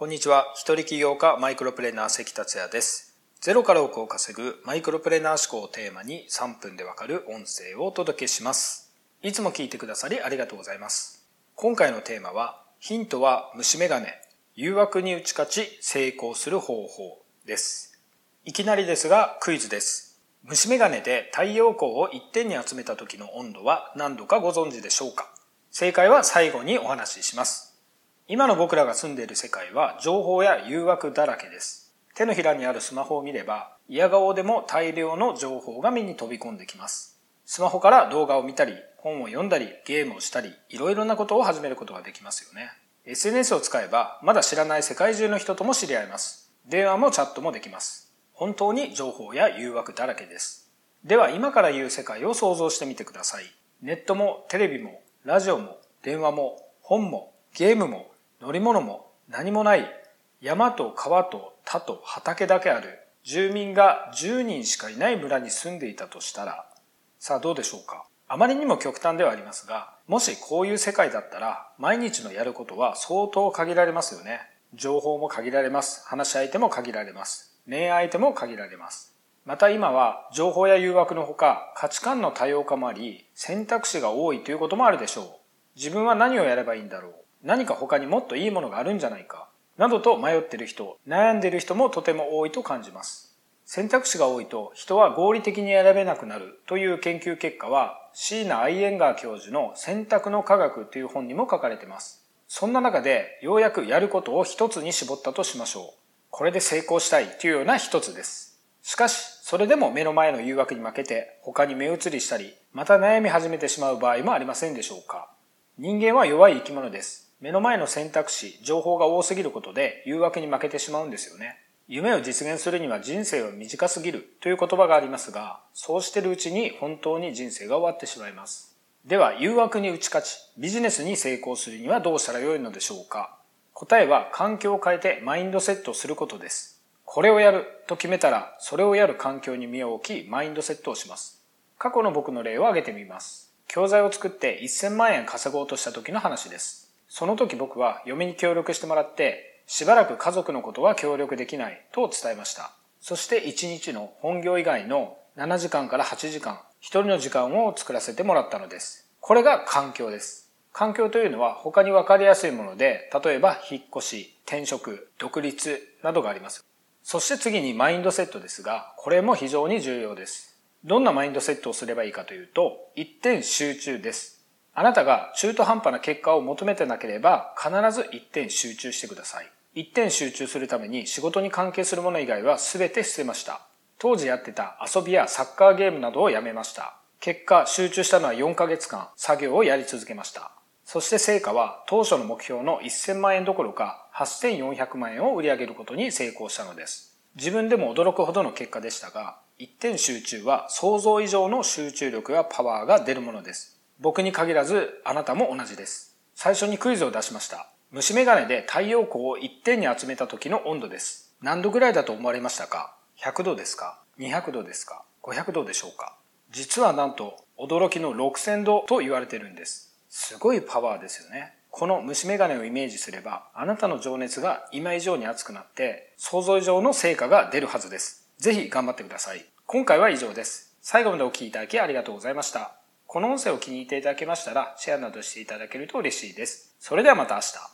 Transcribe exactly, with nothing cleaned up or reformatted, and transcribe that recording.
こんにちは。一人起業家マイクロプレーナー関達也です。ゼロから億を稼ぐマイクロプレーナー思考をテーマにさんぷんでわかる音声をお届けします。いつも聞いてくださりありがとうございます。今回のテーマは、ヒントは虫眼鏡、誘惑に打ち勝ち成功する方法です。いきなりですがクイズです。虫眼鏡で太陽光を一点に集めた時の温度は何度かご存知でしょうか？正解は最後にお話しします。今の僕らが住んでいる世界は情報や誘惑だらけです。手のひらにあるスマホを見れば、嫌顔でも大量の情報が目に飛び込んできます。スマホから動画を見たり、本を読んだり、ゲームをしたり、いろいろなことを始めることができますよね。エスエヌエス を使えば、まだ知らない世界中の人とも知り合えます。電話もチャットもできます。本当に情報や誘惑だらけです。では今から言う世界を想像してみてください。ネットもテレビもラジオも電話も本もゲームも乗り物も何もない山と川と田と畑だけある住民がじゅうにんしかいない村に住んでいたとしたら、さあどうでしょうか？あまりにも極端ではありますが、もしこういう世界だったら毎日のやることは相当限られますよね。情報も限られます。話し相手も限られます。恋愛相手も限られます。また今は情報や誘惑のほか価値観の多様化もあり、選択肢が多いということもあるでしょう。自分は何をやればいいんだろう、何か他にもっといいものがあるんじゃないか、などと迷っている人、悩んでいる人もとても多いと感じます。選択肢が多いと人は合理的に選べなくなるという研究結果は、椎名アイエンガー教授の選択の科学という本にも書かれています。そんな中でようやくやることを一つに絞ったとしましょう。これで成功したいというような一つです。しかし、それでも目の前の誘惑に負けて他に目移りしたり、また悩み始めてしまう場合もありませんでしょうか？人間は弱い生き物です。目の前の選択肢、情報が多すぎることで誘惑に負けてしまうんですよね。夢を実現するには人生は短すぎるという言葉がありますが、そうしているうちに本当に人生が終わってしまいます。では誘惑に打ち勝ち、ビジネスに成功するにはどうしたらよいのでしょうか？答えは環境を変えてマインドセットすることです。これをやると決めたら、それをやる環境に身を置き、マインドセットをします。過去の僕の例を挙げてみます。教材を作ってせんまんえん稼ごうとした時の話です。その時僕は嫁に協力してもらって、しばらく家族のことは協力できないと伝えました。そしていちにちの本業以外のななじかんからはちじかん、一人の時間を作らせてもらったのです。これが環境です。環境というのは他に分かりやすいもので、例えば引っ越し、転職、独立などがあります。そして次にマインドセットですが、これも非常に重要です。どんなマインドセットをすればいいかというと、一点集中です。あなたが中途半端な結果を求めてなければ、必ず一点集中してください。一点集中するために仕事に関係するもの以外は全て捨てました。当時やってた遊びやサッカーゲームなどをやめました。結果、集中したのはよんかげつかん作業をやり続けました。そして成果は当初の目標のせんまんえんどころかはっせんよんひゃくまんえんを売り上げることに成功したのです。自分でも驚くほどの結果でしたが、一点集中は想像以上の集中力やパワーが出るものです。僕に限らずあなたも同じです。最初にクイズを出しました。虫眼鏡で太陽光を一点に集めた時の温度です。何度ぐらいだと思われましたか？ひゃくどですか？にひゃくどですか？ごひゃくどでしょうか？実はなんと驚きのろくせんどと言われているんです。すごいパワーですよね。この虫眼鏡をイメージすれば、あなたの情熱が今以上に熱くなって想像以上の成果が出るはずです。ぜひ頑張ってください。今回は以上です。最後までお聞きいただきありがとうございました。この音声を気に入っていただけましたら、シェアなどしていただけると嬉しいです。それではまた明日。